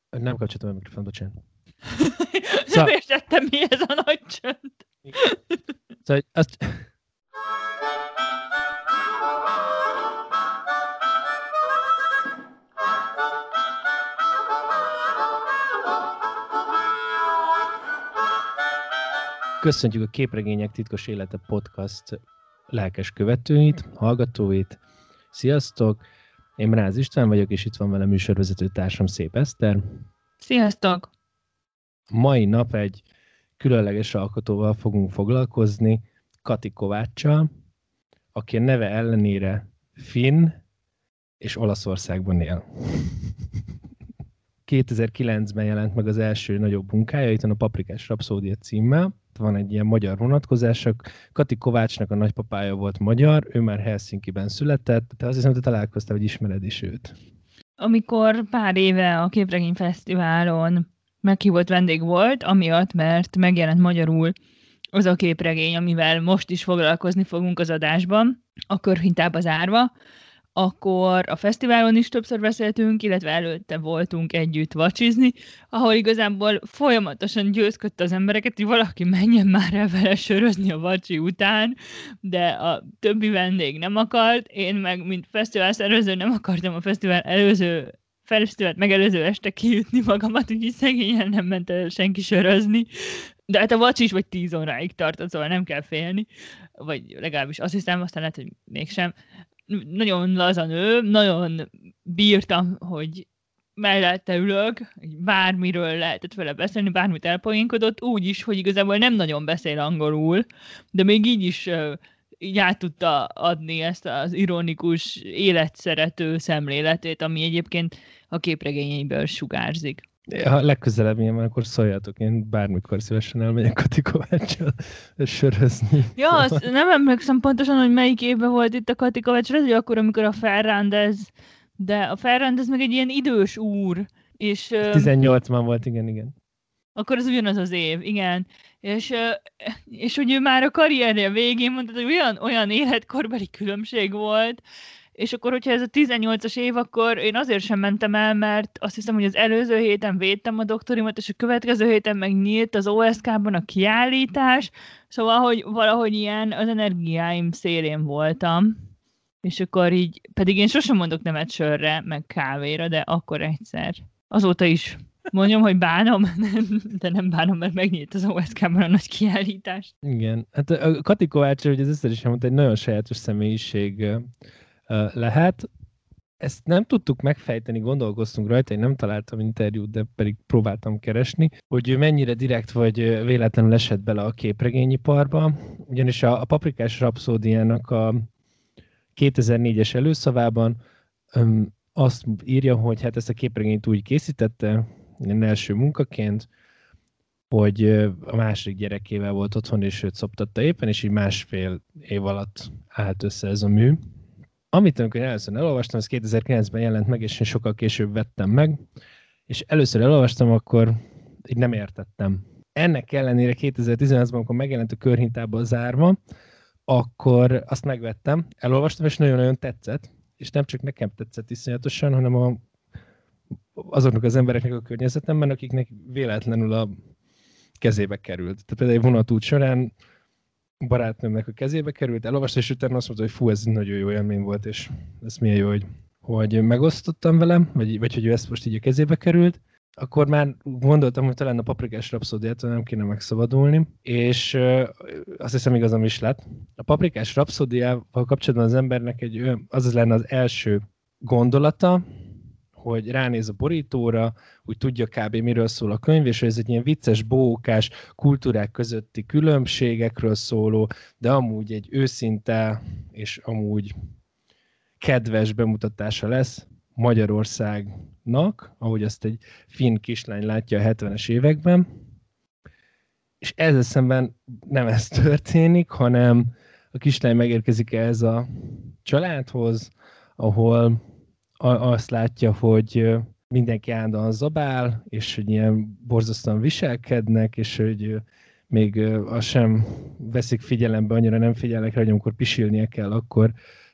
Nem kapcsoltam a mikrofont, bocsánat. Nem értettem, mi ez a nagy csönd. Szóval azt... Köszöntjük a Képregények titkos élete podcast lelkes követőit, hallgatóit. Sziasztok! Én Mráz István vagyok, és itt van velem műsorvezető társam, Szép Eszter. Sziasztok! Mai nap egy különleges alkotóval fogunk foglalkozni, Kati Kováccsal, aki a neve ellenére finn és Olaszországban él. 2009-ben jelent meg az első nagyobb munkája, itt a Paprikás Rapszódia címmel. Van egy ilyen magyar vonatkozása. Kati Kovácsnak a nagypapája volt magyar, ő már Helsinkiben született, de azt hiszem, hogy találkoztál, hogy ismered is őt. Amikor pár éve a Képregény Fesztiválon meghívott vendég volt, amiatt, mert megjelent magyarul az a képregény, amivel most is foglalkozni fogunk az adásban, a Körhintába zárva, akkor a fesztiválon is többször beszéltünk, illetve előtte voltunk együtt vacsizni, ahol igazából folyamatosan győzködte az embereket, hogy valaki menjen már el vele sörözni a vacsi után, de a többi vendég nem akart, én meg, mint fesztivál szervező, nem akartam a fesztivált megelőző este kijutni magamat, úgyhogy szegényen nem ment el senki sörözni. De hát a vacsi is vagy 10 óráig tartott, szóval nem kell félni, vagy legalábbis azt hiszem, aztán lehet, hogy mégsem. Nagyon laza nő, nagyon bírtam, hogy mellette ülök, bármiről lehetett vele beszélni, bármit elpoénkodott, úgy is, hogy igazából nem nagyon beszél angolul, de még így is így át tudta adni ezt az ironikus, életszerető szemléletét, ami egyébként a képregényeiből sugárzik. Ha legközelebb ilyen van, akkor szóljatok, én bármikor szívesen elmegyek Kati Kováccsal sörözni. Ja, azt nem emlékszem pontosan, hogy melyik évben volt itt a Kati Kovács, hogy akkor, amikor a Ferrandez, de a Ferrandez meg egy ilyen idős úr. És, 18-ban volt, igen. Akkor az ugyanaz az év, igen. És hogy ő már a karrierje végén mondta, hogy olyan életkorbeli különbség volt, és akkor, hogyha ez a 18-as év, akkor én azért sem mentem el, mert azt hiszem, hogy az előző héten védtem a doktorimat, és a következő héten meg nyílt az OSK-ban a kiállítás, szóval, hogy valahogy ilyen az energiáim szélén voltam, és akkor így, pedig én sosem mondok nemet sörre, meg kávéra, de akkor egyszer. Azóta is mondjam, hogy bánom, de nem bánom, mert megnyílt az OSK-ban a nagy kiállítás. Igen, hát a Kati Kovács, hogy az Eszter is mondta, egy nagyon sajátos személyiség lehet. Ezt nem tudtuk megfejteni, gondolkoztunk rajta, én nem találtam interjút, de pedig próbáltam keresni, hogy ő mennyire direkt vagy véletlenül esett bele a képregényiparba, ugyanis a Paprikás Rapszódiának a 2004-es előszavában azt írja, hogy hát ezt a képregényt úgy készítette, első munkaként, hogy a második gyerekével volt otthon, és őt szoptatta éppen, és így 1,5 év alatt állt össze ez a mű. Amit amikor először elolvastam, ez 2009-ben jelent meg, és én sokkal később vettem meg, és először elolvastam, akkor így nem értettem. Ennek ellenére 2016-ban, amikor megjelent a Körhintába zárva, akkor azt megvettem, elolvastam, és nagyon-nagyon tetszett, és nem csak nekem tetszett iszonyatosan, hanem azoknak az embereknek a környezetemben, akiknek véletlenül a kezébe került. Tehát például egy vonatút során barátnőmnek a kezébe került, elolvasta, és utána azt mondta, hogy fú, ez nagyon jó élmény volt, és ez milyen jó, hogy megosztottam velem, vagy hogy ő ezt most így a kezébe került, akkor már gondoltam, hogy talán a Paprikás Rapszódiától nem kéne megszabadulni, és azt hiszem igazam is lett. A Paprikás Rapszódiával kapcsolatban az embernek az lenne az első gondolata, hogy ránéz a borítóra, úgy tudja kb. Miről szól a könyv, és hogy ez egy ilyen vicces, bókás, kultúrák közötti különbségekről szóló, de amúgy egy őszinte és amúgy kedves bemutatása lesz Magyarországnak, ahogy azt egy finn kislány látja a 70-es években. És ezzel szemben nem ez történik, hanem a kislány megérkezik ehhez a családhoz, ahol azt látja, hogy mindenki állandóan zabál, és hogy ilyen borzasztóan viselkednek, és hogy még azt sem veszik figyelembe, annyira nem figyelnek rá, hogy amikor pisilnie kell, akkor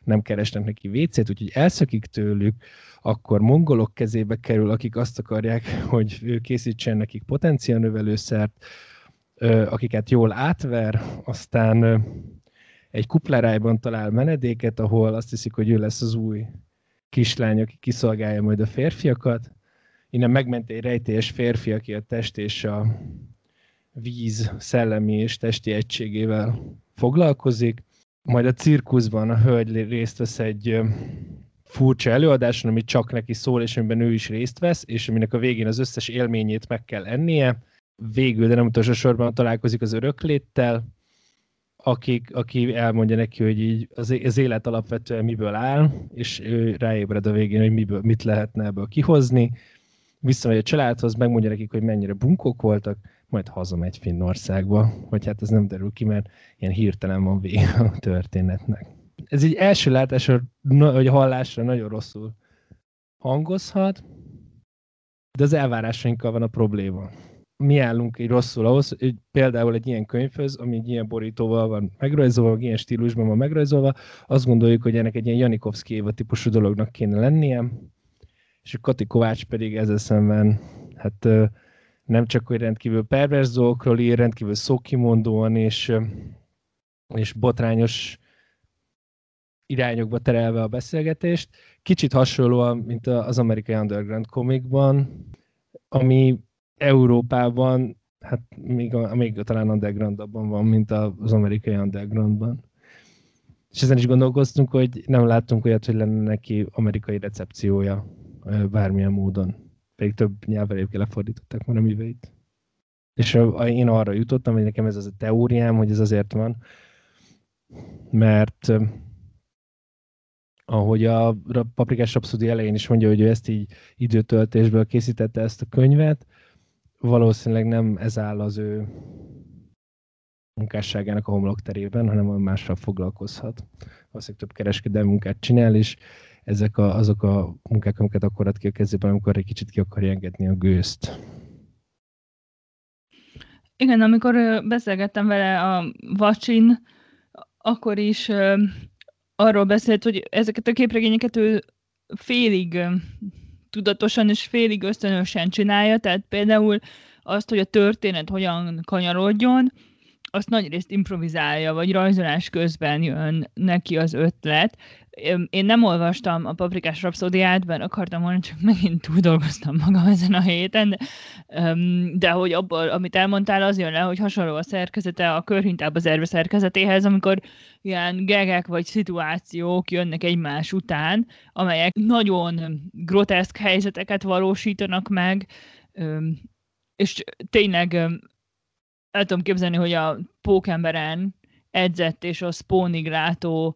nem keresnek neki WC-t, úgyhogy elszökik tőlük, akkor mongolok kezébe kerül, akik azt akarják, hogy készítsen nekik potenciálnövelőszert, akiket jól átver, aztán egy kuplerájban talál menedéket, ahol azt hiszik, hogy ő lesz az új kislány, aki kiszolgálja majd a férfiakat. Innen megment egy rejtélyes férfi, aki a test és a víz szellemi és testi egységével foglalkozik. Majd a cirkuszban a hölgy részt vesz egy furcsa előadáson, ami csak neki szól, és amiben ő is részt vesz, és aminek a végén az összes élményét meg kell ennie. Végül, de nem utolsó sorban találkozik az örökléttel, aki elmondja neki, hogy így az élet alapvetően miből áll, és ő ráébred a végén, hogy mit lehetne ebből kihozni. Visszamegy a családhoz, megmondja nekik, hogy mennyire bunkók voltak, majd hazamegy Finnországba, vagy hát ez nem derül ki, mert ilyen hirtelen van vége a történetnek. Ez így első látásra, vagy hallásra nagyon rosszul hangozhat, de az elvárásainkkal van a probléma. Mi állunk így rosszul ahhoz, hogy például egy ilyen könyvhöz, ami egy ilyen borítóval van megrajzolva, ilyen stílusban van megrajzolva, azt gondoljuk, hogy ennek egy ilyen Janikovszky Éva típusú dolognak kéne lennie, és a Kati Kovács pedig ezzel szemben, hát nem csak, hogy rendkívül pervers dolgokról ír, rendkívül szókimondóan és botrányos irányokba terelve a beszélgetést. Kicsit hasonlóan, mint az amerikai underground comicban, ami Európában, hát még talán undergroundabban van, mint az amerikai undergroundban. És ezen is gondolkoztunk, hogy nem láttunk olyat, hogy lenne neki amerikai recepciója bármilyen módon. Pedig több nyelvvel egyébként lefordították már a műveit. És én arra jutottam, hogy nekem ez az a teóriám, hogy ez azért van, mert ahogy a Paprikás Rapszódia elején is mondja, hogy ő ezt így időtöltésből készítette ezt a könyvet, valószínűleg nem ez áll az ő munkásságának a homlokterében, hanem mással foglalkozhat. Valószínűleg több kereskedelmi munkát csinál, és ezek azok a munkák, amiket akkor ad ki a kezében, amikor egy kicsit ki akarja engedni a gőzt. Igen, amikor beszélgettem vele a Vacsin, akkor is arról beszélt, hogy ezeket a képregényeket ő félig tudatosan és félig ösztönösen csinálja, tehát például azt, hogy a történet hogyan kanyarodjon, azt nagyrészt improvizálja, vagy rajzolás közben jön neki az ötlet. Én nem olvastam a Paprikás Rapszódiát, mert akartam volna, csak megint túl dolgoztam magam ezen a héten, de hogy abból, amit elmondtál, az jön le, hogy hasonló a szerkezete a Körhintába zerve szerkezetéhez, amikor ilyen gegek vagy szituációk jönnek egymás után, amelyek nagyon groteszk helyzeteket valósítanak meg, és tényleg el tudom képzelni, hogy a Pókemberen edzett és a Spawnig látó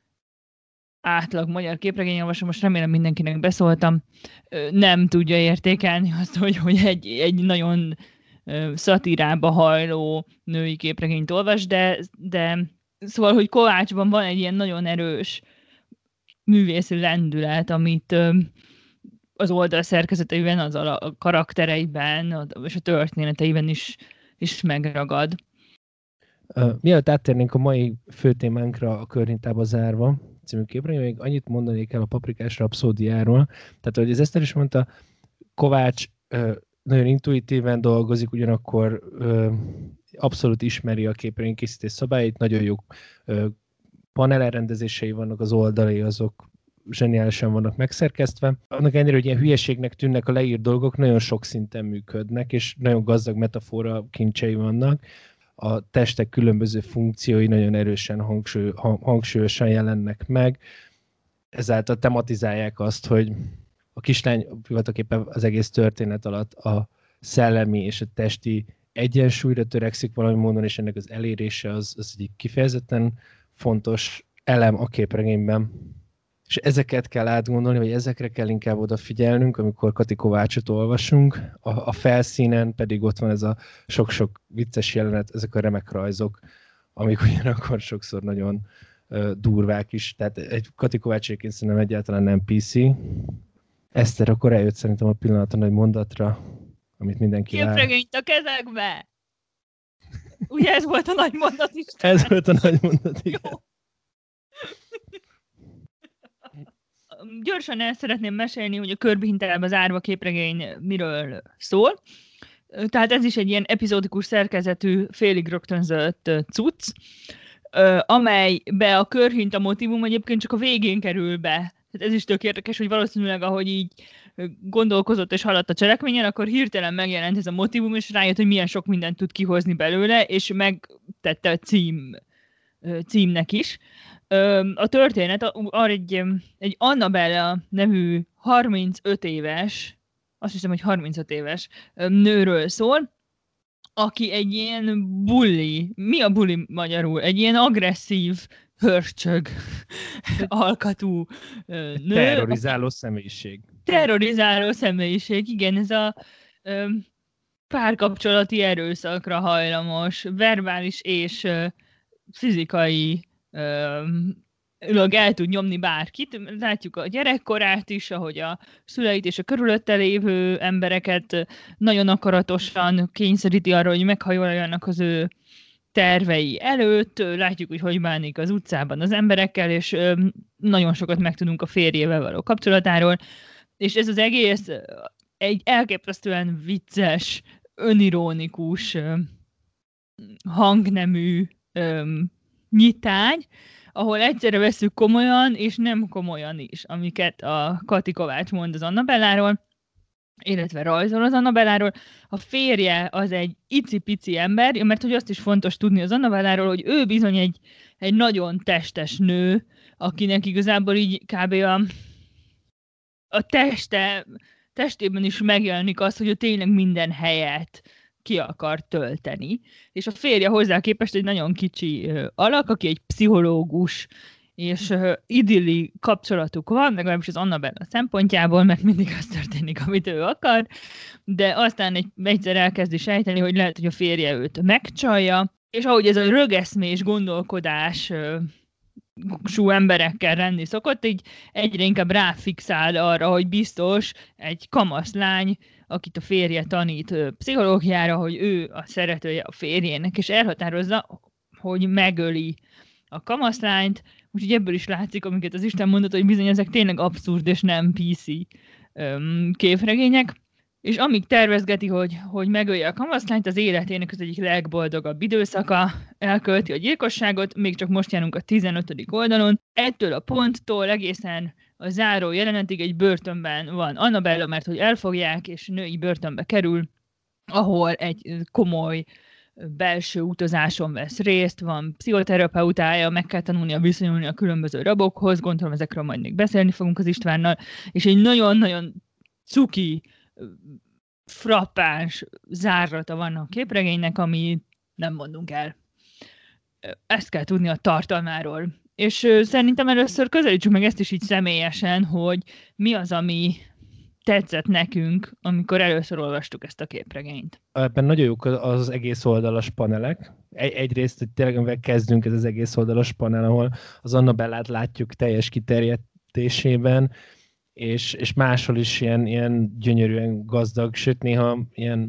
átlag magyar képregényolvasó, most remélem mindenkinek beszóltam, nem tudja értékelni azt, hogy egy nagyon szatírába hajló női képregényt olvas, de szóval, hogy Kovácsban van egy ilyen nagyon erős művészi lendület, amit az oldal szerkezeteiben, az a karaktereiben és a történeteiben is megragad. Mielőtt áttérnénk a mai főtémánkra, a Körhintába zárva című képregény, még annyit mondanék el a Paprikás Rapszódiáról. Tehát, ahogy az Eszter is mondta, Kovács nagyon intuitíven dolgozik, ugyanakkor abszolút ismeri a képregénykészítés szabályait, nagyon jó panelrendezései vannak, az oldalai azok zseniálisan vannak megszerkesztve. Annak ellenére, hogy ilyen hülyeségnek tűnnek a leírt dolgok, nagyon sok szinten működnek, és nagyon gazdag metafora kincsei vannak. A testek különböző funkciói nagyon erősen hangsúlyosan jelennek meg. Ezáltal tematizálják azt, hogy a kislány tulajdonképpen az egész történet alatt a szellemi és a testi egyensúlyra törekszik valami módon, és ennek az elérése az egy kifejezetten fontos elem a képregényben. És ezeket kell átgondolni, vagy ezekre kell inkább odafigyelnünk, amikor Kati Kovácsot olvasunk. A felszínen pedig ott van ez a sok-sok vicces jelenet, ezek a remek rajzok, amik ugyanakkor sokszor nagyon durvák is. Tehát egy Kati Kovács egyébként szerintem egyáltalán nem PC. Eszter, akkor eljött szerintem a pillanat a nagy mondatra, amit mindenki vár. Képregényt a kezekbe! Ugye ez volt a nagy mondat is? Ez volt a nagy mondat, igen. gyorsan el szeretném mesélni, hogy a Körbihintában zárva képregény miről szól. Tehát ez is egy ilyen epizódikus szerkezetű, félig rögtönzött cucc, amelybe a körhinta motívum egyébként csak a végén kerül be. Tehát ez is tök érdekes, hogy valószínűleg ahogy így gondolkozott és haladt a cselekményen, akkor hirtelen megjelent ez a motívum, és rájött, hogy milyen sok mindent tud kihozni belőle, és megtette a címnek is. A történet arra egy Annabella nevű 35 éves, azt hiszem, hogy 35 éves nőről szól, aki egy ilyen bully, mi a bully magyarul? Egy ilyen agresszív, hörcsög alkatú nő. Terrorizáló személyiség. Terrorizáló személyiség, igen, ez a párkapcsolati erőszakra hajlamos, verbális és fizikai el tud nyomni bárkit. Látjuk a gyerekkorát is, ahogy a szüleit és a körülötte lévő embereket nagyon akaratosan kényszeríti arra, hogy meghajoljanak az ő tervei előtt. Látjuk, hogy bánik az utcában az emberekkel, és nagyon sokat megtudunk a férjével való kapcsolatáról. És ez az egész egy elképesztően vicces, önironikus hangnemű nyitány, ahol egyszerre veszük komolyan, és nem komolyan is, amiket a Kati Kovács mond az Annabelláról, illetve rajzol az Annabelláról. A férje az egy icipici ember, mert hogy azt is fontos tudni az Annabelláról, hogy ő bizony egy nagyon testes nő, akinek igazából így kb. A testében is megjelenik az, hogy ő tényleg minden helyet ki akar tölteni. És a férje hozzá képest egy nagyon kicsi alak, aki egy pszichológus, és idilli kapcsolatuk van, legalábbis az Annabella szempontjából, mert mindig az történik, amit ő akar, de aztán egyszer elkezdi sejteni, hogy lehet, hogy a férje őt megcsalja, és ahogy ez a rögeszmés gondolkodás emberekkel lenni szokott, így egyre inkább ráfixál arra, hogy biztos egy kamaszlány, akit a férje tanít pszichológiára, hogy ő a szeretője a férjének, és elhatározza, hogy megöli a kamaszlányt, úgyhogy ebből is látszik, amiket az Isten mondott, hogy bizony ezek tényleg abszurd és nem PC képregények, és amíg tervezgeti, hogy megölje a kamaszlányt, az életének az egyik legboldogabb időszaka, elkölti a gyilkosságot, még csak most járunk a 15. oldalon. Ettől a ponttól egészen a záró jelenetig egy börtönben van Annabella, mert hogy elfogják, és női börtönbe kerül, ahol egy komoly belső utazáson vesz részt, van pszichoterapeutája, meg kell tanulnia viszonyulni a különböző rabokhoz, gondolom ezekről majd még beszélni fogunk az Istvánnal, és egy nagyon-nagyon cuki, frappáns zárata van a képregénynek, ami nem mondunk el. Ezt kell tudni a tartalmáról. És szerintem először közelítsük meg ezt is így személyesen, hogy mi az, ami tetszett nekünk, amikor először olvastuk ezt a képregényt. Ebben nagyon jók az egész oldalas panelek. Egyrészt, hogy tényleg amivel kezdünk, ez az egész oldalas panel, ahol az Annabellát látjuk teljes kiterjedtésében, és máshol is ilyen gyönyörűen gazdag, sőt néha ilyen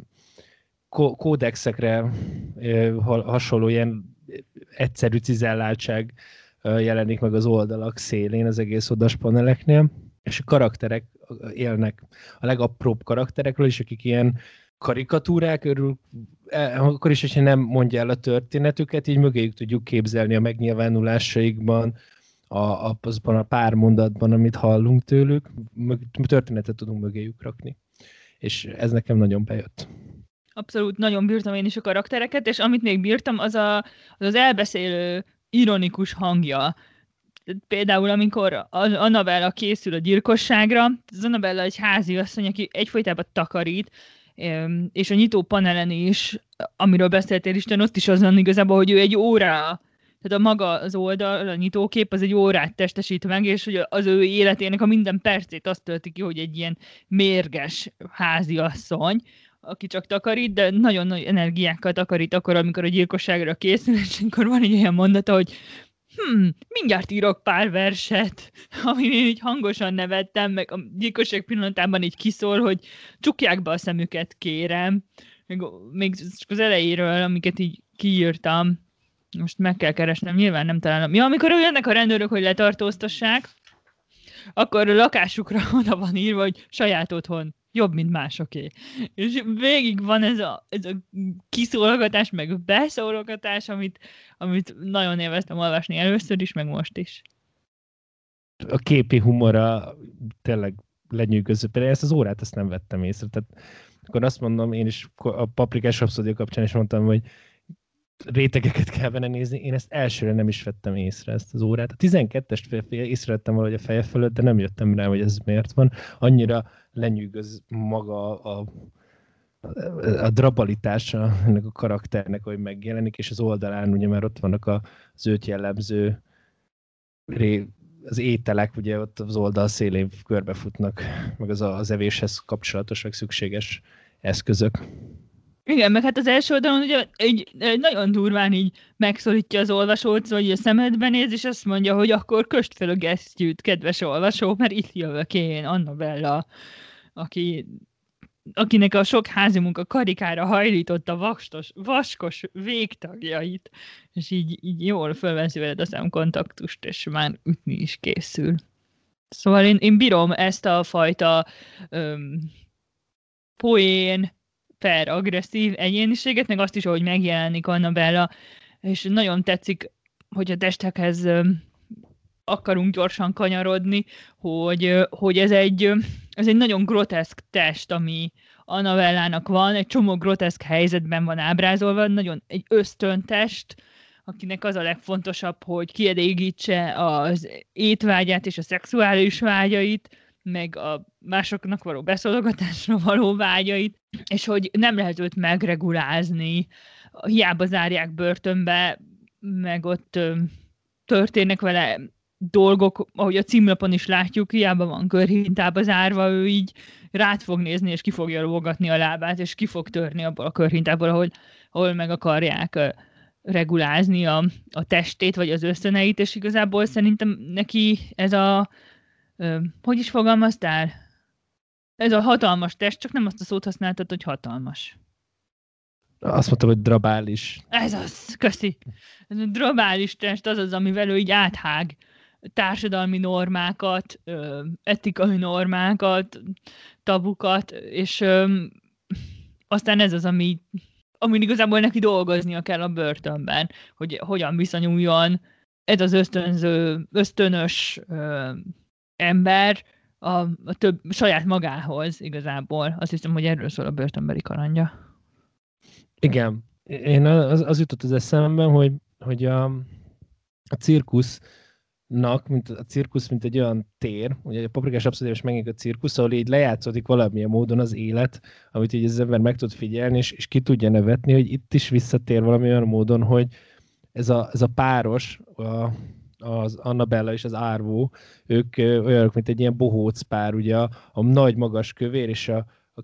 kódexekre hasonló ilyen egyszerű cizelláltság jelenik meg az oldalak szélén az egész oldalas paneleknél, és a karakterek élnek a legapróbb karakterekről is, akik ilyen karikatúrák, akkor is, hogyha nem mondja el a történetüket, így mögéjük tudjuk képzelni a megnyilvánulásaikban, azban a pár mondatban, amit hallunk tőlük, történetet tudunk mögéjük rakni. És ez nekem nagyon bejött. Abszolút, nagyon bírtam én is a karaktereket, és amit még bírtam, az elbeszélő ironikus hangja. Például, amikor Annabella készül a gyilkosságra, az Annabella egy háziasszony, aki egyfolytában takarít, és a nyitó panelen is, amiről beszéltél Isten, ott is az van igazából, hogy ő egy órá, tehát az oldal, a nyitókép az egy órát testesít meg, és hogy az ő életének a minden percét azt tölti ki, hogy egy ilyen mérges háziasszony, aki csak takarít, de nagyon nagy energiákkal takarít akkor, amikor a gyilkosságra készül, és akkor van egy olyan mondata, hogy mindjárt írok pár verset, amin én így hangosan nevettem, meg a gyilkosság pillanatában így kiszól, hogy csukják be a szemüket, kérem. Még az elejéről, amiket így kiírtam, most meg kell keresnem, nyilván nem találom. Ja, amikor jönnek a rendőrök, hogy letartóztassák, akkor a lakásukra oda van írva, hogy saját otthon jobb, mint másoké. És végig van ez a kiszólogatás, meg beszólogatás, amit nagyon élveztem olvasni először is, meg most is. A képi humora tényleg lenyűgöző. Például ezt az órát ezt nem vettem észre. Tehát akkor azt mondom, én is a Paprikás Rapszódia kapcsán is mondtam, hogy rétegeket kell benne nézni. Én ezt elsőre nem is vettem észre, ezt az órát. A 12-est észrevettem valahogy a feje fölött, de nem jöttem rá, hogy ez miért van. Annyira lenyűgöz maga a drabalitása ennek a karakternek, hogy megjelenik, és az oldalán ugye már ott vannak az őt jellemző az ételek, ugye ott az oldal szélén körbefutnak, meg az evéshez kapcsolatos, meg szükséges eszközök. Igen, meg hát az első oldalon ugye egy nagyon durván így megszólítja az olvasót, hogy a szemedbe néz, és azt mondja, hogy akkor köst fel a gesztyűt, kedves olvasó, mert itt jövök én, Annabella, akinek a sok házi munka karikára hajlította vaskos végtagjait, és így jól fölveszi veled a szemkontaktust, és már ütni is készül. Szóval én bírom ezt a fajta poén, per agresszív egyéniséget, meg azt is, ahogy megjelenik Annabella, és nagyon tetszik, hogy a testekhez akarunk gyorsan kanyarodni, hogy ez egy nagyon groteszk test, ami Annabellának van, egy csomó groteszk helyzetben van ábrázolva, nagyon egy ösztöntest, akinek az a legfontosabb, hogy kielégítse az étvágyát és a szexuális vágyait, meg a másoknak való beszólogatásra való vágyait, és hogy nem lehet őt megregulázni, hiába zárják börtönbe, meg ott történnek vele dolgok, ahogy a címlapon is látjuk, hiába van körhintába zárva, ő így rád fog nézni, és ki fogja lógatni a lábát, és ki fog törni abból a körhintából, ahol meg akarják regulázni a testét, vagy az ösztöneit, és igazából szerintem neki ez hogy is fogalmaztál? Ez a hatalmas test, csak nem azt a szót használtad, hogy hatalmas. Azt mondtam, hogy drabális. Ez az, köszi. Ez a drabális test az, amivel ő így áthág társadalmi normákat, etikai normákat, tabukat, és aztán ez az, amin igazából neki dolgoznia kell a börtönben, hogy hogyan viszonyuljon ez az ösztönös ember a több saját magához igazából. Azt hiszem, hogy erről szól a börtönbeli kalandja. Igen. Én az jutott az eszembe, hogy a cirkusznak, mint egy olyan tér, ugye a Paprikás Rapszódiában is megint a cirkusz, ahol így lejátszódik valamilyen módon az élet, amit így az ember meg tud figyelni, és ki tudja nevetni, hogy itt is visszatér valamilyen módon, hogy ez a páros, az Annabella és az Árvó, ők olyanok, mint egy ilyen bohóc pár, ugye a nagy magas kövér és a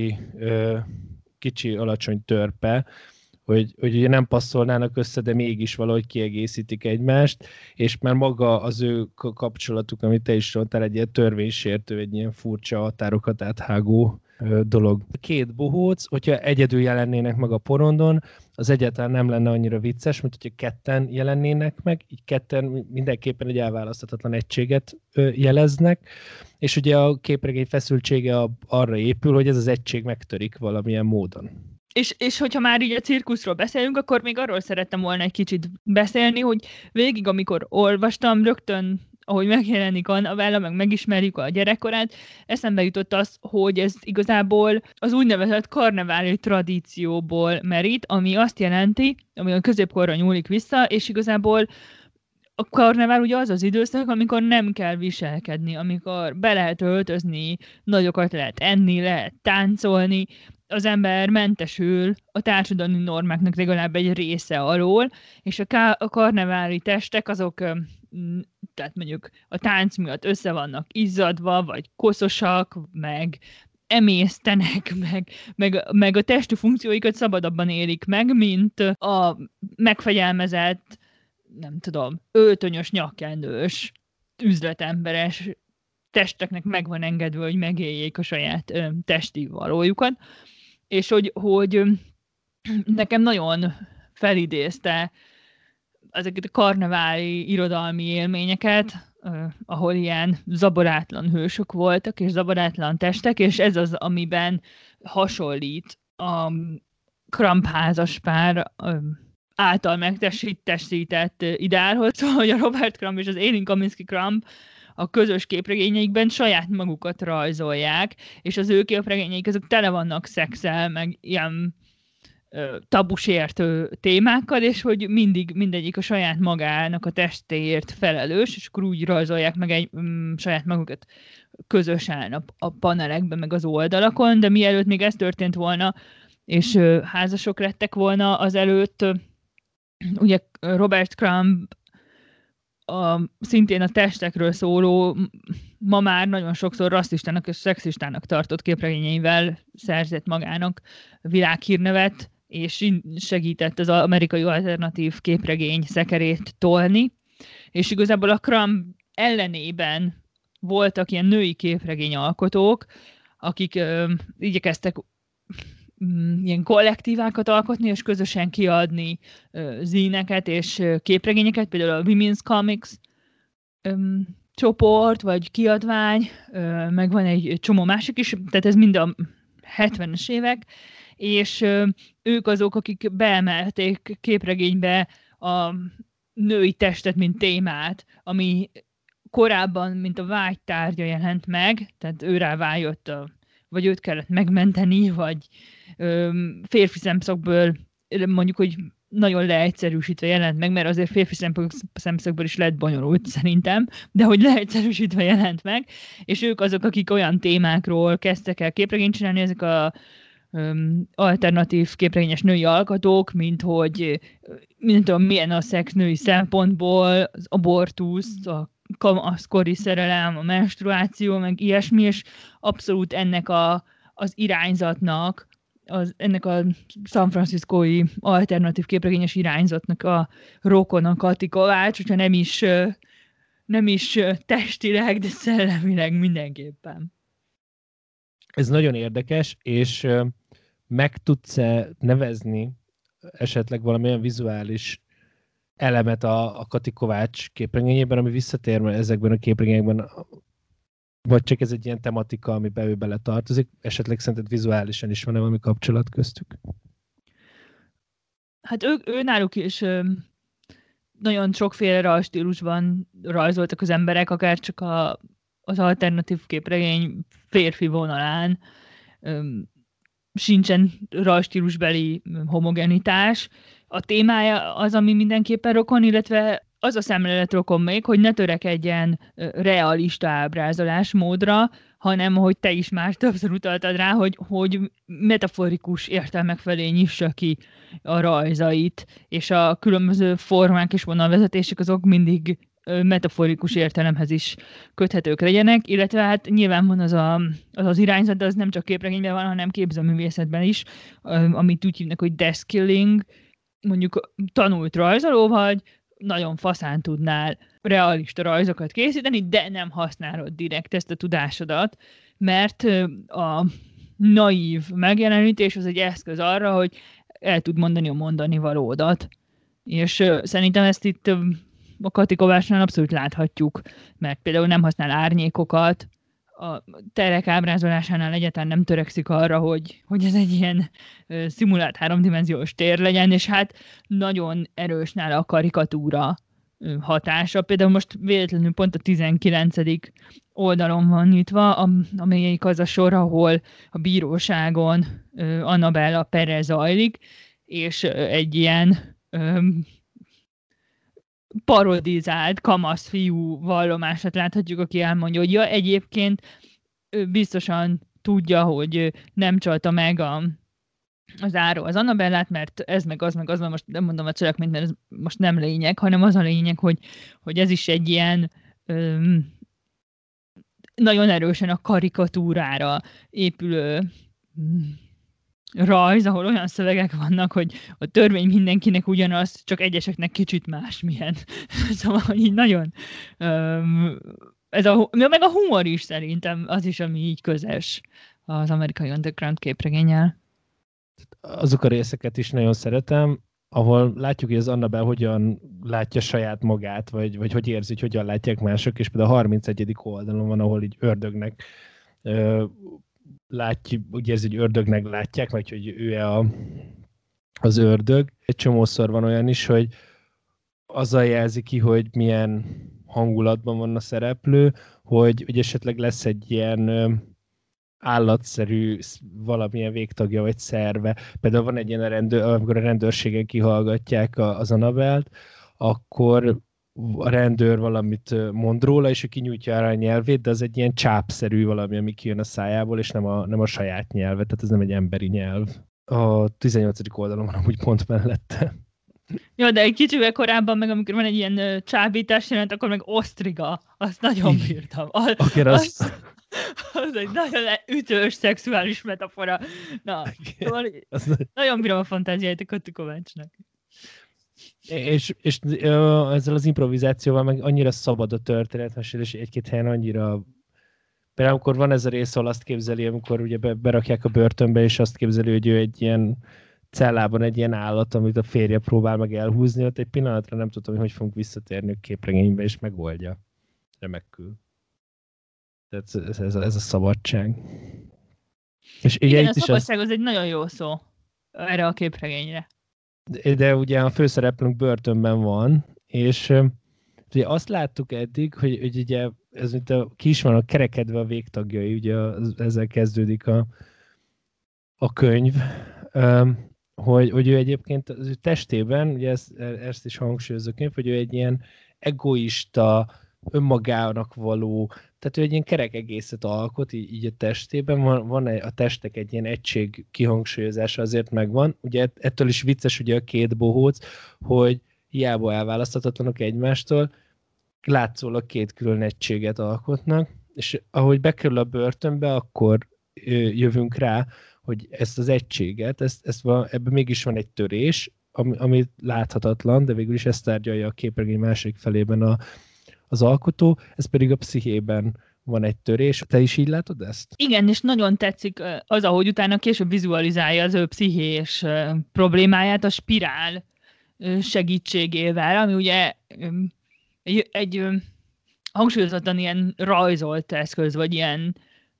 kicsi alacsony törpe, hogy ugye nem passzolnának össze, de mégis valahogy kiegészítik egymást, és már maga az ő kapcsolatuk, amit te is mondtál, egy ilyen törvénysértő, egy ilyen furcsa határokat áthágó dolog. Két bohóc, hogyha egyedül jelennének meg a porondon, az egyáltalán nem lenne annyira vicces, mint hogyha ketten jelennének meg, így ketten mindenképpen egy elválaszthatatlan egységet jeleznek, és ugye a képregény feszültsége arra épül, hogy ez az egység megtörik valamilyen módon. És hogyha már így a cirkuszról beszélünk, akkor még arról szerettem volna egy kicsit beszélni, hogy végig, amikor olvastam, rögtön, ahogy megjelenik Annabella, meg megismerjük a gyerekkorát, eszembe jutott az, hogy ez igazából az úgynevezett karneváli tradícióból merít, ami azt jelenti, ami a középkorra nyúlik vissza, és igazából a karnevál ugye az időszak, amikor nem kell viselkedni, amikor be lehet öltözni, nagyokat lehet enni, lehet táncolni, az ember mentesül a társadalmi normáknak legalább egy része alól, és a karneváli testek azok, tehát mondjuk a tánc miatt össze vannak izzadva, vagy koszosak, meg emésztenek, meg a testi funkcióikat szabadabban élik meg, mint a megfegyelmezett, nem tudom, öltönyös, nyakkendős, üzletemberes testeknek meg van engedve, hogy megéljék a saját testi valójukat. És hogy nekem nagyon felidézte ezeket a karneváli irodalmi élményeket, ahol ilyen zaborátlan hősök voltak, és zaborátlan testek, és ez az, amiben hasonlít a Crumb házaspár által megtestített ideálhoz, hogy a Robert Crumb és az Eileen Kaminsky Crumb a közös képregényeikben saját magukat rajzolják, és az ő képregényeik azok tele vannak szexel, meg ilyen tabusértő témákkal, és hogy mindegyik a saját magának a testéért felelős, és akkor úgy rajzolják meg saját magukat közösen a panelekben, meg az oldalakon, de mielőtt még ez történt volna, és házasok lettek volna azelőtt, ugye Robert Crumb szintén a testekről szóló, ma már nagyon sokszor rasszistának és szexistának tartott képregényeivel szerzett magának világhírnevet, és segített az amerikai alternatív képregény szekerét tolni. És igazából a Crumb ellenében voltak ilyen női képregény alkotók, akik igyekeztek ilyen kollektívákat alkotni, és közösen kiadni zíneket és képregényeket, például a Women's Comics csoport, vagy kiadvány, meg van egy csomó másik is, tehát ez mind a 70-es évek, és ők azok, akik beemelték képregénybe a női testet, mint témát, ami korábban, mint a vágy tárgya jelent meg, tehát őrá vágyott, vagy őt kellett megmenteni, vagy férfi szemszögből mondjuk, hogy nagyon leegyszerűsítve jelent meg, mert azért férfi szemszögből is lett bonyolult szerintem, de hogy leegyszerűsítve jelent meg, és ők azok, akik olyan témákról kezdtek el képregényt csinálni, ezek a alternatív képregényes női alkotók, mint hogy nem tudom, milyen a szex női szempontból, az abortusz, a kamaszkori szerelem, a menstruáció, meg ilyesmi, és abszolút ennek az irányzatnak, ennek a San Franciscói alternatív képregényes irányzatnak a rokona Kati Kovács, hogyha nem is testileg, de szellemileg mindenképpen. Ez nagyon érdekes, és meg tudsz-e nevezni esetleg valamilyen vizuális elemet a Kati Kovács képregényében, ami visszatér ezekben a képregényekben, vagy csak ez egy ilyen tematika, amiben ő bele tartozik? Esetleg szerinted vizuálisan is van-e valami kapcsolat köztük? Hát ő náluk is nagyon sokféle rajzstílusban rajzoltak az emberek, akár csak az alternatív képregény férfi vonalán. Sincsen rajzstílusbeli homogenitás. A témája az, ami mindenképpen rokon, illetve az a szemlélet rokon még, hogy ne törekedjen realista ábrázolásmódra, hanem, hogy te is már többször utaltad rá, hogy metaforikus értelmek felé nyissa ki a rajzait, és a különböző formák és vonalvezetések azok mindig metaforikus értelemhez is köthetők legyenek, illetve hát nyilván van az irányzat, de az nem csak képregényben van, hanem képzőművészetben is, amit úgy hívnak, hogy desk killing, mondjuk tanult rajzoló vagy, nagyon faszán tudnál realista rajzokat készíteni, de nem használod direkt ezt a tudásodat, mert a naív megjelenítés az egy eszköz arra, hogy el tud mondani a mondani valódat. És szerintem ezt itt a Kati Kovácsnál abszolút láthatjuk, mert például nem használ árnyékokat, a terek ábrázolásánál egyáltalán nem törekszik arra, hogy ez egy ilyen szimulált háromdimenziós tér legyen, és hát nagyon erős nála a karikatúra hatása. Például most véletlenül pont a 19. oldalon van nyitva, amelyik az a sor, ahol a bíróságon Annabella pere zajlik, és egy ilyen parodizált kamasz fiú vallomását láthatjuk, aki elmondja, hogy ja, egyébként biztosan tudja, hogy nem csalta meg az áró az Annabellát, mert ez meg az, most nem mondom a cselekményt, mert ez most nem lényeg, hanem az a lényeg, hogy ez is egy ilyen nagyon erősen a karikatúrára épülő rajz, ahol olyan szövegek vannak, hogy a törvény mindenkinek ugyanaz, csak egyeseknek kicsit másmilyen. Szóval, hogy így nagyon... meg a humor is szerintem az is, ami így közös az amerikai underground képregénnyel. Azok a részeket is nagyon szeretem, ahol látjuk, hogy az Annabelle hogyan látja saját magát, vagy hogy érzi, hogy hogyan látják mások, és például a 31. oldalon van, ahol így ördögnek úgy érzi, hogy ördögnek látják, vagy hogy ő az ördög. Egy csomószor van olyan is, hogy azzal jelzi ki, hogy milyen hangulatban van a szereplő, hogy esetleg lesz egy ilyen állatszerű valamilyen végtagja vagy szerve. Például van egy ilyen amikor a rendőrségen kihallgatják az Annabelle-t, akkor a rendőr valamit mond róla, és ő kinyújtja arra a nyelvét, de az egy ilyen csápszerű valami, ami kijön a szájából, és nem a saját nyelve, tehát ez nem egy emberi nyelv. A 18. oldalon van amúgy pont mellette. Jó, de egy kicsivel korábban, meg amikor van egy ilyen csábítás jelent, akkor meg osztriga, azt nagyon bírtam. Az egy nagyon ütős szexuális metafora. Na, szóval nagyon bírom a fantáziáit a Kati Kovácsnak. És ezzel az improvizációval meg annyira szabad a történetmesélés, és egy-két helyen annyira... Például amikor van ez a rész, ahol azt képzeli, amikor ugye berakják a börtönbe, és azt képzeli, hogy ő egy ilyen cellában egy ilyen állat, amit a férje próbál meg elhúzni, ott egy pillanatra nem tudom, hogy fogunk visszatérni a képregénybe, és megoldja. Remekül. Tehát ez a szabadság. És igen, a szabadság az egy nagyon jó szó erre a képregényre. De ugye a főszereplőnk börtönben van, és ugye azt láttuk eddig, hogy ugye ez mint ki is van a kerekedve a végtagjai, ugye ezzel kezdődik a könyv, hogy ő egyébként az ő testében, ugye ezt is hangsúlyozza a könyv, hogy ő egy ilyen egoista, önmagának való, tehát ő egy ilyen kerek egészet alkot, így a testében, van a testnek egy ilyen egység kihangsúlyozása azért megvan, ugye ettől is vicces ugye a két bohóc, hogy hiába elválaszthatatlanok egymástól, látszólag két külön egységet alkotnak, és ahogy bekerül a börtönbe, akkor jövünk rá, hogy ezt az egységet, ebben mégis van egy törés, ami láthatatlan, de végül is ezt tárgyalja a képregény másik felében az alkotó, ez pedig a pszichében van egy törés. Te is így látod ezt? Igen, és nagyon tetszik az, ahogy utána később vizualizálja az ő pszichés problémáját a spirál segítségével, ami ugye egy hangsúlyozottan ilyen rajzolt eszköz, vagy ilyen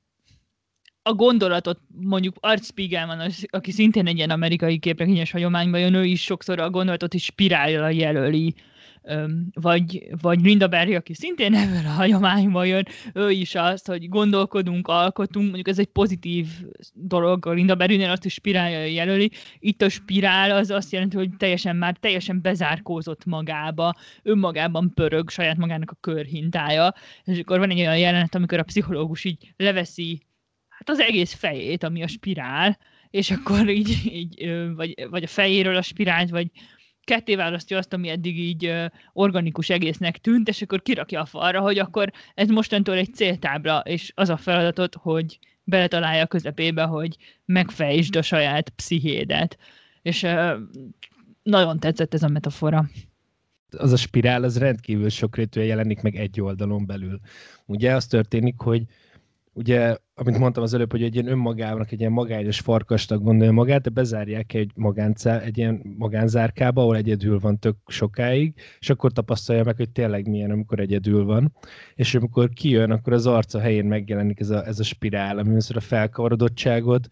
a gondolatot, mondjuk Art Spiegelman, aki szintén egy ilyen amerikai képregényes hagyományban jön, ő is sokszor a gondolatot is spirállal jelöli, vagy Linda Berry, aki szintén ebből a hagyományban jön, ő is azt, hogy gondolkodunk, alkotunk, mondjuk ez egy pozitív dolog, a Linda Berrynél azt is spirállal jelöli, itt a spirál az azt jelenti, hogy teljesen bezárkózott magába, önmagában pörög, saját magának a körhintája, és akkor van egy olyan jelenet, amikor a pszichológus így leveszi az egész fejét, ami a spirál, és akkor így vagy a fejéről a spirált, vagy ketté választja azt, ami eddig így organikus egésznek tűnt, és akkor kirakja a falra, hogy akkor ez mostantól egy céltábla, és az a feladatot, hogy beletalálja a közepébe, hogy megfejtsd a saját pszichédet. És nagyon tetszett ez a metafora. Az a spirál, az rendkívül sokrétűen jelenik meg egy oldalon belül. Ugye az történik, hogy ugye, amit mondtam az előbb, hogy egy ilyen önmagának, egy ilyen magányos farkasnak gondolja magát, de bezárják egy ilyen magánzárkába, ahol egyedül van tök sokáig, és akkor tapasztalja meg, hogy tényleg milyen, amikor egyedül van. És amikor kijön, akkor az arca helyén megjelenik ez a spirál, ami a felkavarodottságot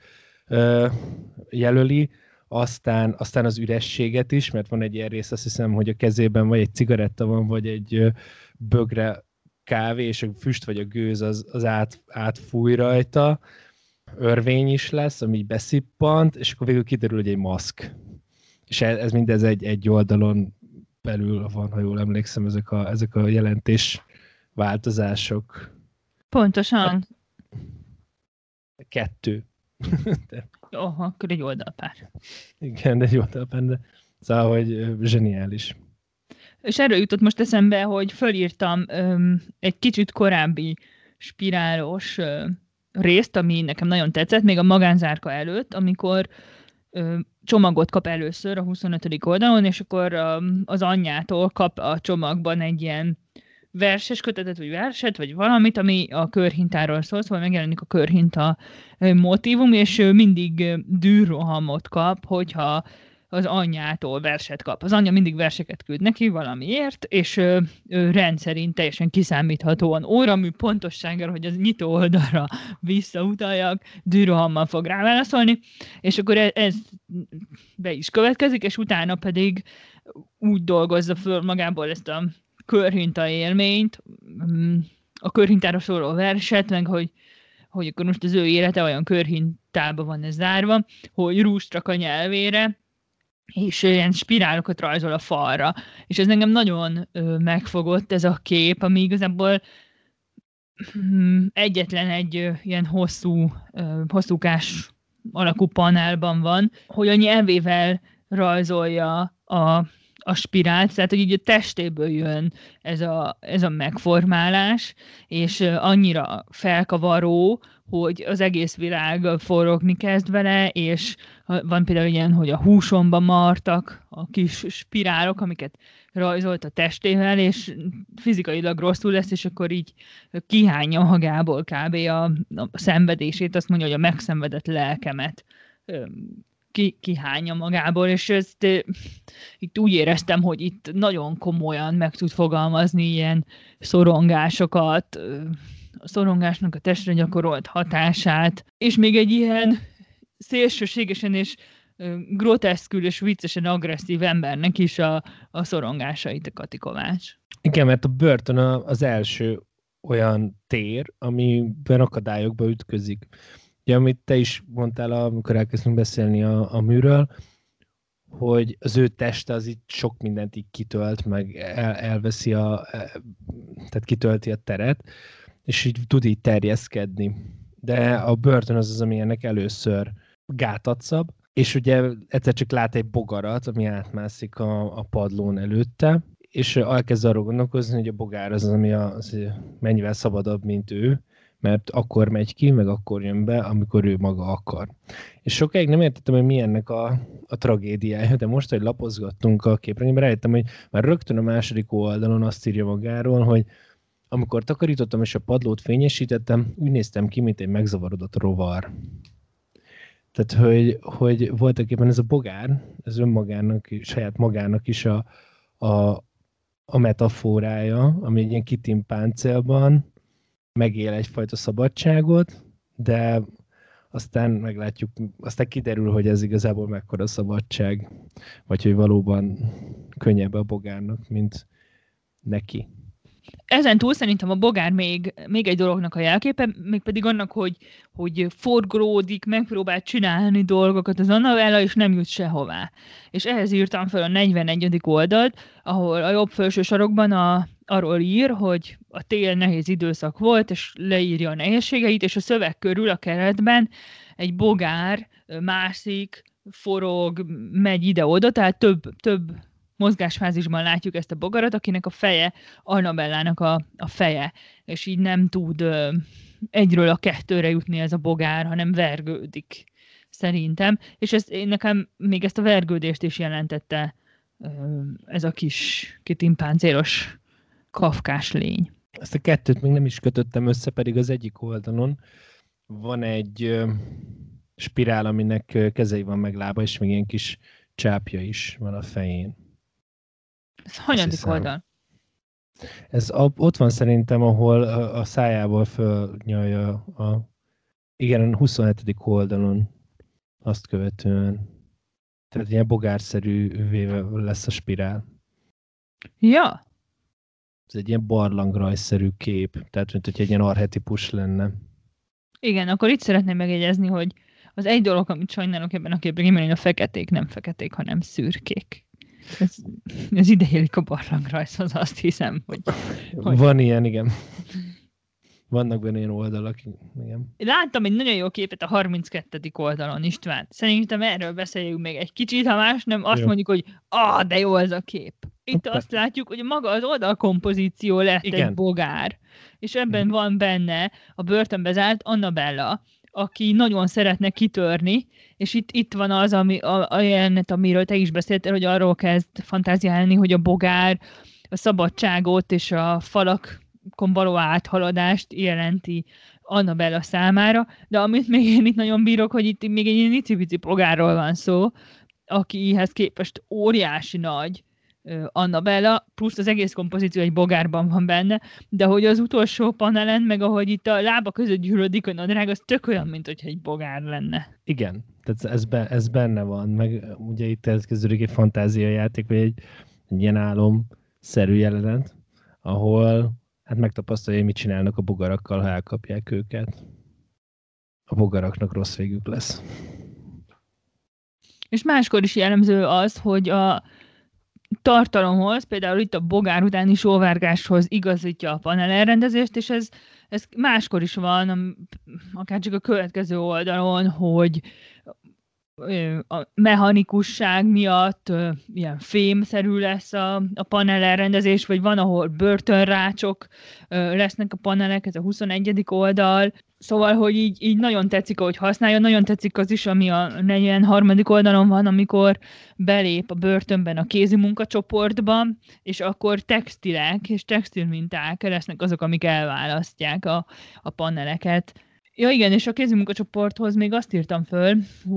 jelöli, aztán az ürességet is, mert van egy ilyen rész, azt hiszem, hogy a kezében vagy egy cigaretta van, vagy egy bögre kávé, és a füst vagy a gőz az átfúj rajta, örvény is lesz, ami beszippant, és akkor végül kiderül, hogy egy maszk. És ez mindez egy oldalon belül van, ha jól emlékszem, ezek a jelentés változások. Pontosan. 2. Jó, akkor egy oldalpár. Igen, egy oldalpár, de szóval, hogy zseniális. És erről jutott most eszembe, hogy fölírtam egy kicsit korábbi spirálos részt, ami nekem nagyon tetszett, még a magánzárka előtt, amikor csomagot kap először a 25. oldalon, és akkor az anyjától kap a csomagban egy ilyen verses kötetet, vagy verset, vagy valamit, ami a körhintáról szól, szóval megjelenik a körhinta motívum, és ő mindig dűrohamot kap, hogyha az anyjától verset kap. Az anyja mindig verseket küld neki valamiért, és ő rendszerint teljesen kiszámíthatóan óramű pontossággal, hogy az nyitó oldalra visszautaljak, dűrohammal fog ráválaszolni, és akkor ez be is következik, és utána pedig úgy dolgozza föl magából ezt a körhinta élményt, a körhintára szóló verset, meg hogy akkor most az ő élete olyan körhintába van ez zárva, hogy rúst rak a nyelvére, és ilyen spirálokat rajzol a falra. És ez engem nagyon megfogott, ez a kép, ami igazából egyetlen egy ilyen hosszúkás alakú panelban van, hogy a nyelvével rajzolja a spirált, tehát hogy így a testéből jön ez a megformálás, és annyira felkavaró, hogy az egész világ forogni kezd vele, és van például ilyen, hogy a húsomba martak a kis spirálok, amiket rajzolt a testével, és fizikailag rosszul lesz, és akkor így kihányja magából kb. A szenvedését, azt mondja, hogy a megszenvedett lelkemet kihányja magából, és ezt itt úgy éreztem, hogy itt nagyon komolyan meg tud fogalmazni ilyen szorongásokat, a szorongásnak a testre gyakorolt hatását, és még egy ilyen szélsőségesen és groteszkül és viccesen agresszív embernek is a szorongásait a Kati Kovács. Igen, mert a börtön az első olyan tér, amiben akadályokba ütközik. Ugye, amit te is mondtál, amikor elkezdtünk beszélni a műről, hogy az ő teste az itt sok mindent így kitölt, meg elveszi tehát kitölti a teret, és így tud így terjeszkedni. De a börtön az, ami ennek először gátat szab, és ugye egyszer csak lát egy bogarat, ami átmászik a padlón előtte, és elkezd arról gondolkozni, hogy a bogár az, ami mennyivel szabadabb, mint ő, mert akkor megy ki, meg akkor jön be, amikor ő maga akar. És sokáig nem értettem, hogy mi ennek a tragédiája, de most, hogy lapozgattunk a képregényben, rájöttem, hogy már rögtön a második oldalon azt írja magáról, hogy amikor takarítottam és a padlót fényesítettem, úgy néztem ki, mint egy megzavarodott rovar. Tehát, hogy voltak éppen ez a bogár, ez önmagának, saját magának is a metaforája, ami egy ilyen kitin páncélban megél egyfajta szabadságot, de aztán meglátjuk, aztán kiderül, hogy ez igazából mekkora szabadság, vagy hogy valóban könnyebb a bogárnak, mint neki. Ezen túl szerintem a bogár még egy dolognak a jelképe, mégpedig annak, hogy forgolódik, megpróbál csinálni dolgokat az Annabella, és nem jut sehová. És ehhez írtam fel a 41. oldalt, ahol a jobb felső sarokban arról ír, hogy a tél nehéz időszak volt, és leírja a nehézségeit, és a szöveg körül a keretben egy bogár mászik, forog, megy ide-oda, tehát több mozgásfázisban látjuk ezt a bogarat, akinek a feje Annabellának a feje, és így nem tud egyről a kettőre jutni ez a bogár, hanem vergődik szerintem, és nekem még ezt a vergődést is jelentette ez a kis kitimpáncélos kafkás lény. Ezt a kettőt még nem is kötöttem össze, pedig az egyik oldalon van egy spirál, aminek kezei van meg lába, és még ilyen kis csápja is van a fején. Ez hanyadik oldal? Ez ott van szerintem, ahol a szájából fölnyalja igen, a 27. oldalon azt követően. Tehát ilyen bogárszerűvé lesz a spirál. Ja. Ez egy ilyen barlangrajzszerű kép, tehát mint hogy egy ilyen archetipus lenne. Igen, akkor itt szeretném megjegyezni, hogy az egy dolog, amit sajnálok ebben a képregényben, hogy a feketék nem feketék, hanem szürkék. Ez ide élik a barlangrajzhoz, azt hiszem, hogy... Van ilyen, igen. Vannak benne ilyen oldalak, igen. Láttam egy nagyon jó képet a 32. oldalon, István. Szerintem erről beszéljünk még egy kicsit, ha más nem, azt mondjuk, hogy de jó ez a kép. Itt azt látjuk, hogy maga az oldalkompozíció lett egy bogár, és ebben van benne a börtönbe zárt Annabella, aki nagyon szeretne kitörni, és itt van az, a jelenet, amiről te is beszéltél, hogy arról kezd fantáziálni, hogy a bogár a szabadságot és a falakon való áthaladást jelenti Annabella számára, de amit még én itt nagyon bírok, hogy itt még egy icipici bogárról van szó, akihez képest óriási nagy Annabella, plusz az egész kompozíció egy bogárban van benne, de hogy az utolsó panelen, meg ahogy itt a lába között gyűrődik a nadrág, az tök olyan, mint hogyha egy bogár lenne. Igen, tehát ez benne van, meg ugye itt elkezdődik egy fantáziajáték, vagy egy ilyen álomszerű jelenet, ahol hát megtapasztalja, hogy mit csinálnak a bogarakkal, ha elkapják őket. A bogaraknak rossz végük lesz. És máskor is jellemző az, hogy a tartalomhoz, például itt a bogár utáni sóvárgáshoz igazítja a panel elrendezést, és ez máskor is van, akár csak a következő oldalon, hogy a mechanikusság miatt ilyen fémszerű lesz a panel elrendezés, vagy van, ahol börtönrácsok lesznek a panelek, ez a 21. oldal. Szóval, hogy így nagyon tetszik, ahogy használja, nagyon tetszik az is, ami a 43. oldalon van, amikor belép a börtönben a kézi munkacsoportba, és akkor textilek és textilminták lesznek azok, amik elválasztják a paneleket. Ja igen, és a kézi munkacsoporthoz még azt írtam föl,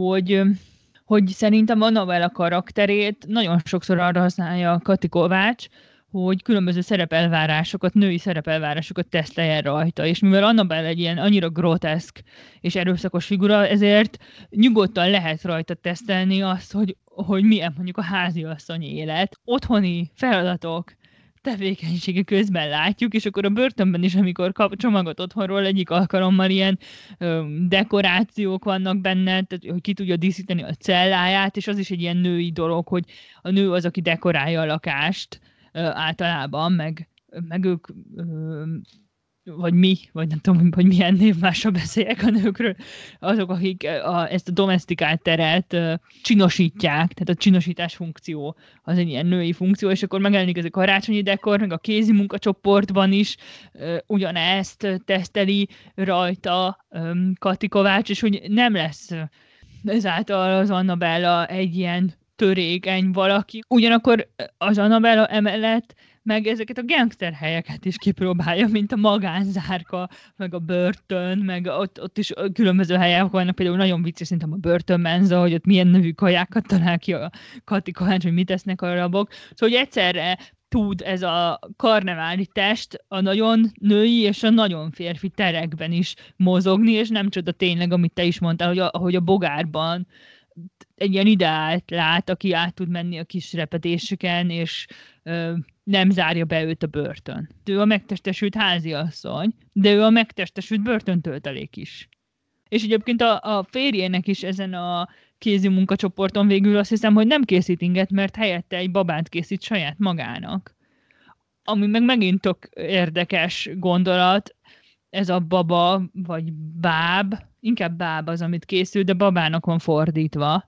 hogy szerintem a novella karakterét nagyon sokszor arra használja Kati Kovács, hogy különböző szerepelvárásokat, női szerepelvárásokat teszteljen rajta. És mivel Annabelle egy ilyen annyira groteszk és erőszakos figura, ezért nyugodtan lehet rajta tesztelni azt, hogy milyen mondjuk a háziasszony élet, otthoni feladatok, tevékenysége közben látjuk, és akkor a börtönben is, amikor kap csomagot otthonról, egyik alkalommal ilyen dekorációk vannak benne, tehát, hogy ki tudja díszíteni a celláját, és az is egy ilyen női dolog, hogy a nő az, aki dekorálja a lakást általában, meg ők, vagy mi, vagy nem tudom, hogy milyen névmással beszéljek a nőkről, azok, akik ezt a domesztikált teret csinosítják, tehát a csinosítás funkció az egy ilyen női funkció, és akkor megjelenik ez a karácsonyi dekor, meg a kézi munkacsoportban is ugyanezt teszteli rajta Kati Kovács, és hogy nem lesz ezáltal az Annabella egy ilyen törékeny valaki. Ugyanakkor az Annabella emellett meg ezeket a gangsterhelyeket is kipróbálja, mint a magánzárka, meg a börtön, meg ott is különböző helyek vannak, például nagyon vicces szerintem a börtönmenza, hogy ott milyen nevű kajákat talál ki a Kati Kovács, hogy mit tesznek a rabok. Szóval, hogy egyszerre tud ez a karneváli test a nagyon női és a nagyon férfi terekben is mozogni, és nem csoda tényleg, amit te is mondtál, hogy a bogárban egy ilyen ideált lát, aki át tud menni a kis repedéseken, és nem zárja be őt a börtön. Ő a megtestesült háziasszony, de ő a megtestesült börtöntöltelék is. És egyébként a férjének is ezen a kézi munkacsoporton végül azt hiszem, hogy nem készít inget, mert helyette egy babát készít saját magának. Ami meg megint tök érdekes gondolat, ez a baba, vagy báb, inkább báb az, amit készül, de babának van fordítva.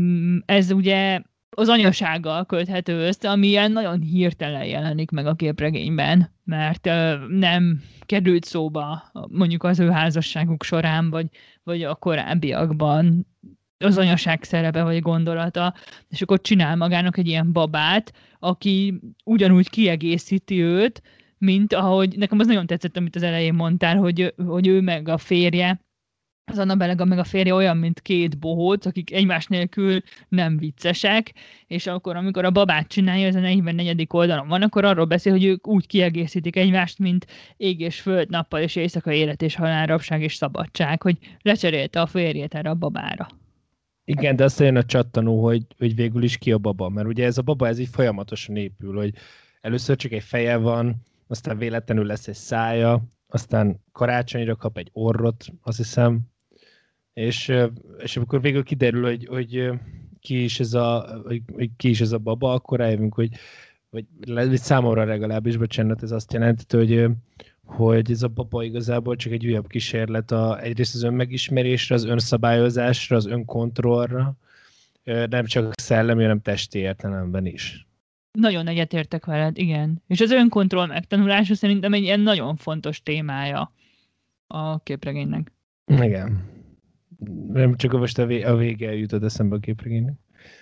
Ez ugye az anyasággal köthető össze, ami ilyen nagyon hirtelen jelenik meg a képregényben, mert nem került szóba mondjuk az ő házasságuk során, vagy a korábbiakban az anyaság szerepe, vagy gondolata, és akkor csinál magának egy ilyen babát, aki ugyanúgy kiegészíti őt, mint ahogy, nekem az nagyon tetszett, amit az elején mondtál, hogy ő meg a férje, az Annabella meg a férje olyan, mint két bohóc, akik egymás nélkül nem viccesek, és akkor, amikor a babát csinálja, ez a 44. oldalon van, akkor arról beszél, hogy ők úgy kiegészítik egymást, mint ég és föld, nappal és éjszaka, élet és halál, rabság és szabadság, hogy lecserélte a férjét erre a babára. Igen, de azt jön a csattanó, hogy végül is ki a baba, mert ugye ez a baba, ez így folyamatosan épül, hogy először csak egy feje van, aztán véletlenül lesz egy szája, aztán karácsonyra kap egy orrot, azt hiszem, és amikor végül kiderül, hogy ki is ez a baba, akkor rájövünk, hogy számomra legalábbis, bocsánat, ez azt jelenti, hogy ez a baba igazából csak egy újabb kísérlet egyrészt az önmegismerésre, az önszabályozásra, az önkontrollra, nem csak szellemi, hanem testi értelemben is. Nagyon egyetértek veled, igen. És az önkontroll megtanulása szerintem egy ilyen nagyon fontos témája a képregénynek. Igen. Nem csak most a vége jutott eszembe a képregénynek.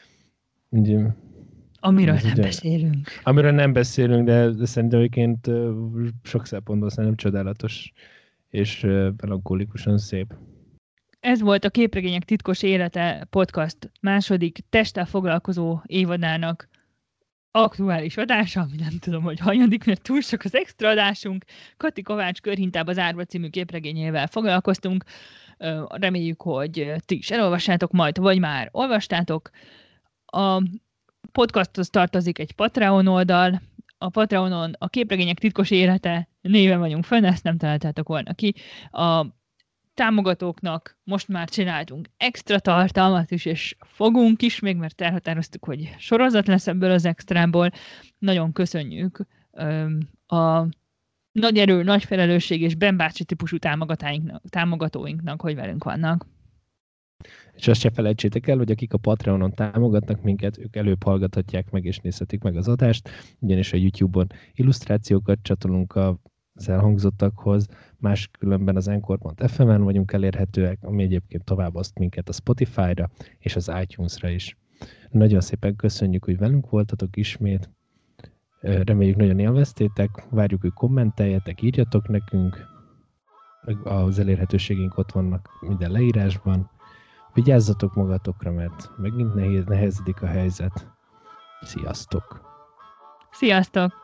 Amiről nem beszélünk. Amiről nem beszélünk, de szerintem egyébként sok szempontból szerintem csodálatos és melankólikusan szép. Ez volt a Képregények titkos élete podcast második testtel foglalkozó évadának aktuális adása, ami nem tudom, hogy hanyadik, mert túl sok az extra adásunk. Kati Kovács Körhintába zárva című képregényével foglalkoztunk. Reméljük, hogy ti is elolvassátok majd, vagy már olvastátok. A podcasthoz tartozik egy Patreon oldal. A Patreonon a Képregények titkos élete néven vagyunk fönn, ezt nem találtátok volna ki. A támogatóknak most már csináltunk extra tartalmat is, és fogunk is, még mert elhatároztuk, hogy sorozat lesz ebből az extrából. Nagyon köszönjük a nagy erő, nagy felelősség és Ben bácsi típusú támogatóinknak, hogy velünk vannak. És azt se felejtsétek el, hogy akik a Patreonon támogatnak minket, ők előbb hallgathatják meg és nézhetik meg az adást, ugyanis a YouTube-on illusztrációkat csatolunk az elhangzottakhoz, máskülönben az Anchor.fm-en vagyunk elérhetőek, ami egyébként tovább oszt minket a Spotify-ra és az iTunes-ra is. Nagyon szépen köszönjük, hogy velünk voltatok ismét. Reméljük nagyon élveztétek, várjuk, hogy kommenteljetek, írjatok nekünk. Az elérhetőségünk ott vannak minden leírásban. Vigyázzatok magatokra, mert megint nehezedik a helyzet. Sziasztok! Sziasztok!